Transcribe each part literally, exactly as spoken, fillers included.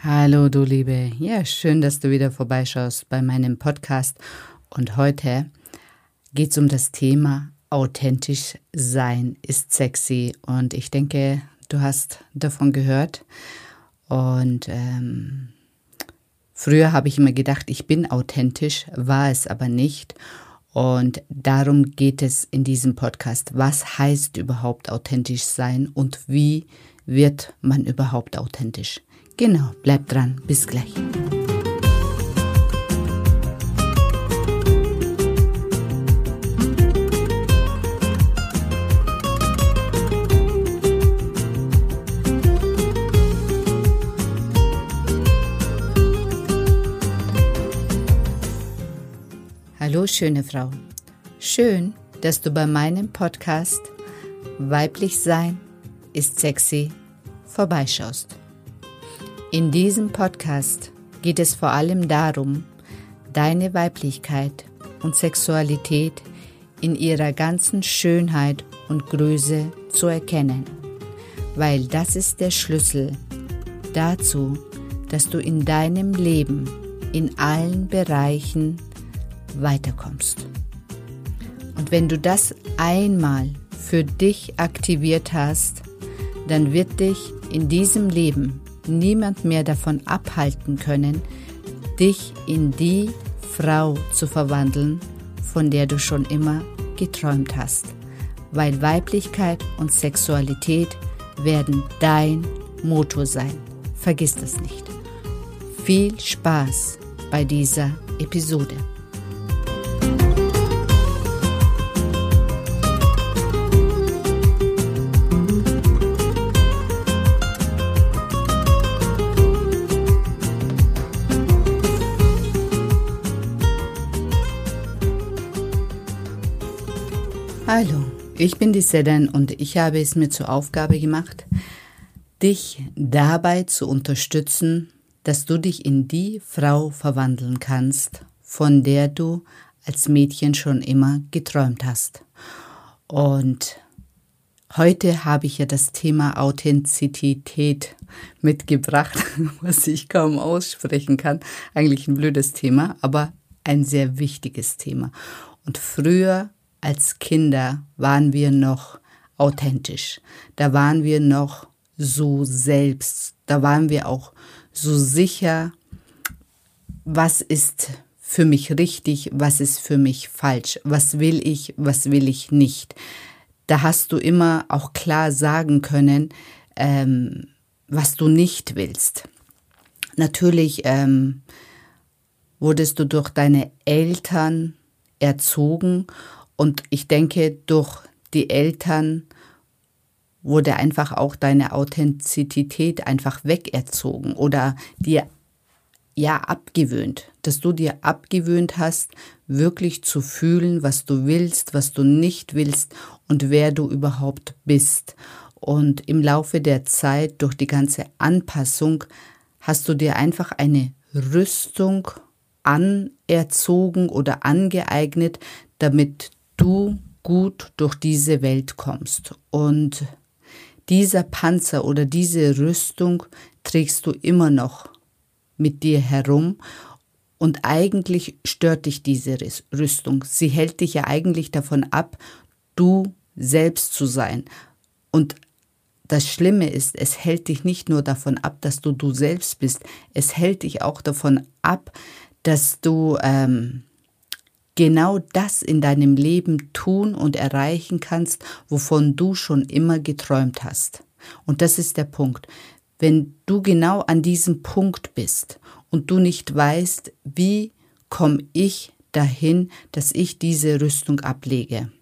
Hallo du Liebe, ja schön, dass du wieder vorbeischaust bei meinem Podcast und heute geht es um das Thema authentisch sein ist sexy und ich denke, du hast davon gehört und ähm, früher habe ich immer gedacht, ich bin authentisch, war es aber nicht und darum geht es in diesem Podcast. Was heißt überhaupt authentisch sein und wie wird man überhaupt authentisch? Genau, bleib dran, bis gleich. Hallo schöne Frau, schön, dass du bei meinem Podcast Weiblich sein ist sexy vorbeischaust. In diesem Podcast geht es vor allem darum, deine Weiblichkeit und Sexualität in ihrer ganzen Schönheit und Größe zu erkennen, weil das ist der Schlüssel dazu, dass du in deinem Leben in allen Bereichen weiterkommst. Und wenn du das einmal für dich aktiviert hast, dann wird dich in diesem Leben niemand mehr davon abhalten können, dich in die Frau zu verwandeln, von der du schon immer geträumt hast. Weil Weiblichkeit und Sexualität werden dein Motto sein. Vergiss das nicht. Viel Spaß bei dieser Episode. Hallo, ich bin die Sedan und ich habe es mir zur Aufgabe gemacht, dich dabei zu unterstützen, dass du dich in die Frau verwandeln kannst, von der du als Mädchen schon immer geträumt hast. Und heute habe ich ja das Thema Authentizität mitgebracht, was ich kaum aussprechen kann. Eigentlich ein blödes Thema, aber ein sehr wichtiges Thema. Und früher als Kinder waren wir noch authentisch, da waren wir noch so selbst, da waren wir auch so sicher, was ist für mich richtig, was ist für mich falsch, was will ich, was will ich nicht. Da hast du immer auch klar sagen können, ähm, was du nicht willst. Natürlich ähm, wurdest du durch deine Eltern erzogen. Und ich denke, durch die Eltern wurde einfach auch deine Authentizität einfach wegerzogen oder dir ja abgewöhnt, dass du dir abgewöhnt hast, wirklich zu fühlen, was du willst, was du nicht willst und wer du überhaupt bist. Und im Laufe der Zeit, durch die ganze Anpassung, hast du dir einfach eine Rüstung anerzogen oder angeeignet, damit du gut durch diese Welt kommst. Und dieser Panzer oder diese Rüstung trägst du immer noch mit dir herum und eigentlich stört dich diese Rüstung. Sie hält dich ja eigentlich davon ab, du selbst zu sein. Und das Schlimme ist, es hält dich nicht nur davon ab, dass du du selbst bist, es hält dich auch davon ab, dass du ähm, genau das in deinem Leben tun und erreichen kannst, wovon du schon immer geträumt hast. Und das ist der Punkt. Wenn du genau an diesem Punkt bist und du nicht weißt, wie komme ich dahin, dass ich diese Rüstung ablege,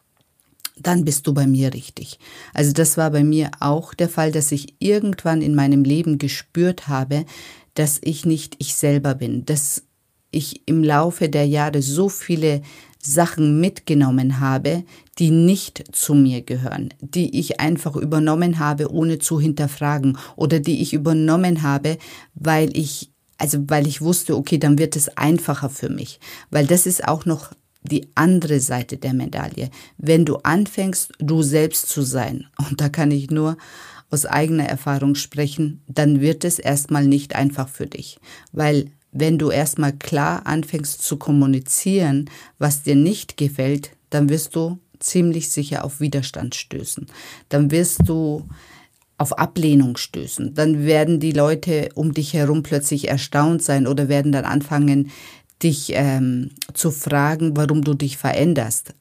dann bist du bei mir richtig. Also das war bei mir auch der Fall, dass ich irgendwann in meinem Leben gespürt habe, dass ich nicht ich selber bin, dass ich im Laufe der Jahre so viele Sachen mitgenommen habe, die nicht zu mir gehören, die ich einfach übernommen habe, ohne zu hinterfragen oder die ich übernommen habe, weil ich, also weil ich wusste, okay, dann wird es einfacher für mich, weil das ist auch noch die andere Seite der Medaille. Wenn du anfängst, du selbst zu sein, und da kann ich nur aus eigener Erfahrung sprechen, dann wird es erstmal nicht einfach für dich. Weil wenn du erstmal klar anfängst zu kommunizieren, was dir nicht gefällt, dann wirst du ziemlich sicher auf Widerstand stößen. Dann wirst du auf Ablehnung stößen. Dann werden die Leute um dich herum plötzlich erstaunt sein oder werden dann anfangen, dich ähm, zu fragen, warum du dich veränderst.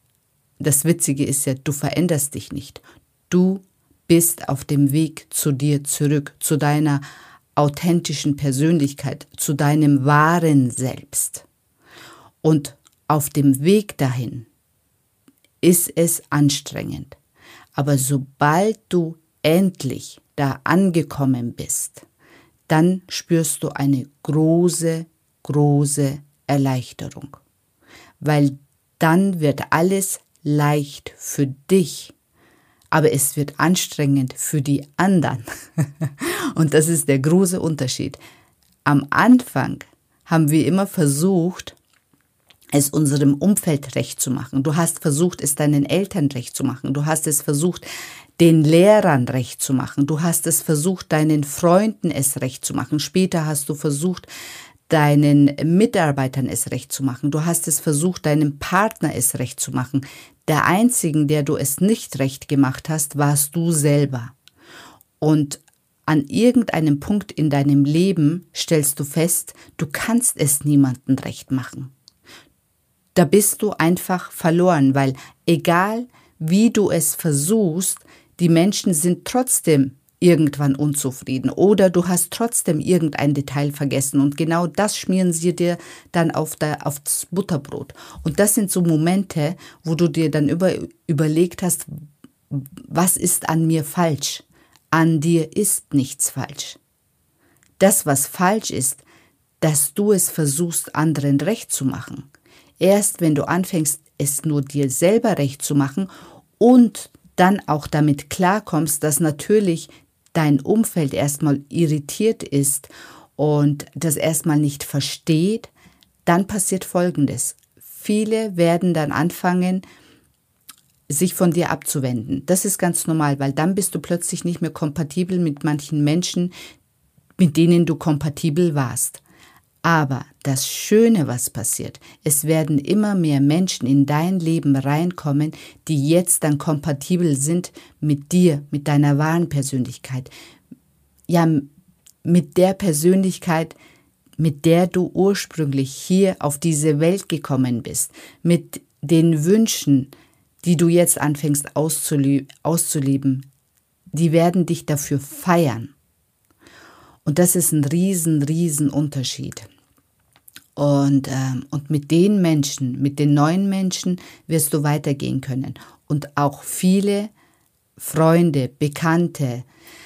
Das Witzige ist ja, du veränderst dich nicht. Du bist auf dem Weg zu dir zurück, zu deiner authentischen Persönlichkeit, zu deinem wahren Selbst. Und auf dem Weg dahin ist es anstrengend. Aber sobald du endlich da angekommen bist, dann spürst du eine große, große Erleichterung. Weil dann wird alles leicht für dich, aber es wird anstrengend für die anderen. Und das ist der große Unterschied. Am Anfang haben wir immer versucht, es unserem Umfeld recht zu machen. Du hast versucht, es deinen Eltern recht zu machen. Du hast es versucht, den Lehrern recht zu machen. Du hast es versucht, deinen Freunden es recht zu machen. Später hast du versucht, deinen Mitarbeitern es recht zu machen. Du hast es versucht, deinem Partner es recht zu machen. Der Einzigen, der du es nicht recht gemacht hast, warst du selber. Und an irgendeinem Punkt in deinem Leben stellst du fest, du kannst es niemandem recht machen. Da bist du einfach verloren, weil egal wie du es versuchst, die Menschen sind trotzdem irgendwann unzufrieden oder du hast trotzdem irgendein Detail vergessen und genau das schmieren sie dir dann auf der, aufs Butterbrot. Und das sind so Momente, wo du dir dann über, überlegt hast, was ist an mir falsch? An dir ist nichts falsch. Das, was falsch ist, dass du es versuchst, anderen recht zu machen. Erst wenn du anfängst, es nur dir selber recht zu machen und dann auch damit klarkommst, dass natürlich dein Umfeld erstmal irritiert ist und das erstmal nicht versteht, dann passiert Folgendes. Viele werden dann anfangen, sich von dir abzuwenden. Das ist ganz normal, weil dann bist du plötzlich nicht mehr kompatibel mit manchen Menschen, mit denen du kompatibel warst. Aber das Schöne, was passiert, es werden immer mehr Menschen in dein Leben reinkommen, die jetzt dann kompatibel sind mit dir, mit deiner wahren Persönlichkeit. Ja, mit der Persönlichkeit, mit der du ursprünglich hier auf diese Welt gekommen bist, mit den Wünschen, die du jetzt anfängst auszule- auszuleben, die werden dich dafür feiern. Und das ist ein riesen, riesen Unterschied. Und, ähm, und mit den Menschen, mit den neuen Menschen wirst du weitergehen können. Und auch viele Freunde, Bekannte,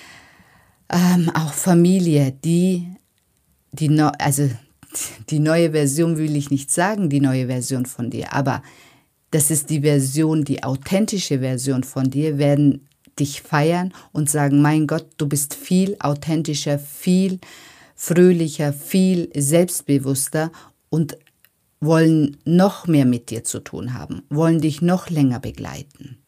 ähm, auch Familie, die, die, no- also die neue Version will ich nicht sagen, die neue Version von dir, aber das ist die Version, die authentische Version von dir, werden dich feiern und sagen, mein Gott, du bist viel authentischer, viel fröhlicher, viel selbstbewusster und wollen noch mehr mit dir zu tun haben, wollen dich noch länger begleiten.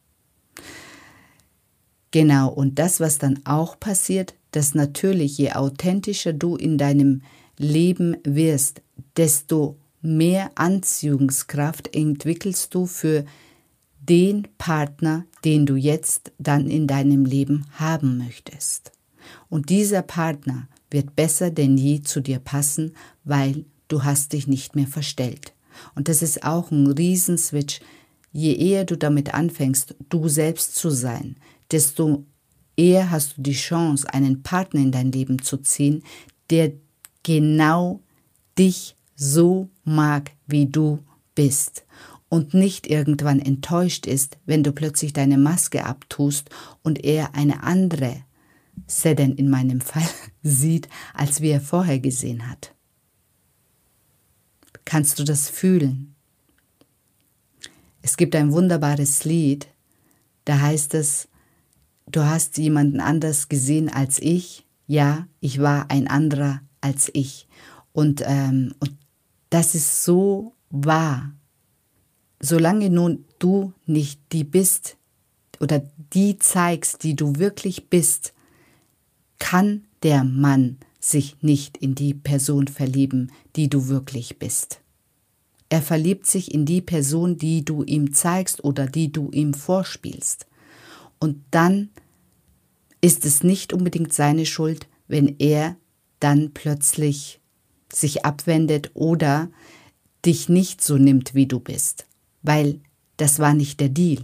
Genau, und das, was dann auch passiert, dass natürlich je authentischer du in deinem Leben wirst, desto mehr Anziehungskraft entwickelst du für den Partner, den du jetzt dann in deinem Leben haben möchtest. Und dieser Partner wird besser denn je zu dir passen, weil du hast dich nicht mehr verstellt. Und das ist auch ein Riesenswitch. Je eher du damit anfängst, du selbst zu sein, desto eher hast du die Chance, einen Partner in dein Leben zu ziehen, der genau dich so mag, wie du bist und nicht irgendwann enttäuscht ist, wenn du plötzlich deine Maske abtust und er eine andere Sedan in meinem Fall sieht, als wie er vorher gesehen hat. Kannst du das fühlen? Es gibt ein wunderbares Lied, da heißt es, du hast jemanden anders gesehen als ich, ja, ich war ein anderer als ich. Und, ähm, und das ist so wahr. Solange nun du nicht die bist oder die zeigst, die du wirklich bist, kann der Mann sich nicht in die Person verlieben, die du wirklich bist. Er verliebt sich in die Person, die du ihm zeigst oder die du ihm vorspielst. Und dann ist es nicht unbedingt seine Schuld, wenn er dann plötzlich sich abwendet oder dich nicht so nimmt, wie du bist, weil das war nicht der Deal.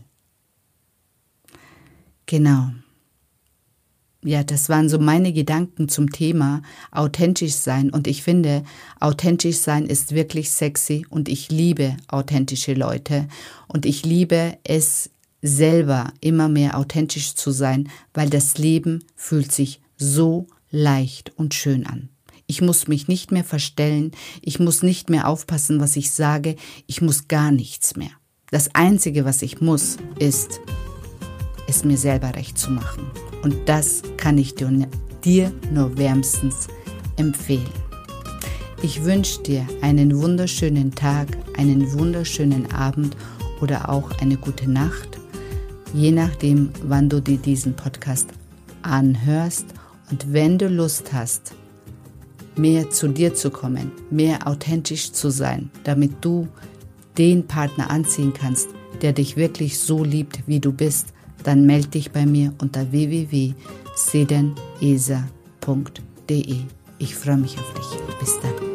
Genau. Ja, das waren so meine Gedanken zum Thema authentisch sein und ich finde, authentisch sein ist wirklich sexy und ich liebe authentische Leute und ich liebe es selber immer mehr authentisch zu sein, weil das Leben fühlt sich so leicht und schön an. Ich muss mich nicht mehr verstellen, ich muss nicht mehr aufpassen, was ich sage, ich muss gar nichts mehr. Das Einzige, was ich muss, ist, es mir selber recht zu machen. Und das kann ich dir, dir nur wärmstens empfehlen. Ich wünsche dir einen wunderschönen Tag, einen wunderschönen Abend oder auch eine gute Nacht, je nachdem, wann du dir diesen Podcast anhörst. Und wenn du Lust hast, mehr zu dir zu kommen, mehr authentisch zu sein, damit du den Partner anziehen kannst, der dich wirklich so liebt, wie du bist, dann melde dich bei mir unter w w w punkt sedenesa punkt de. Ich freue mich auf dich. Bis dann.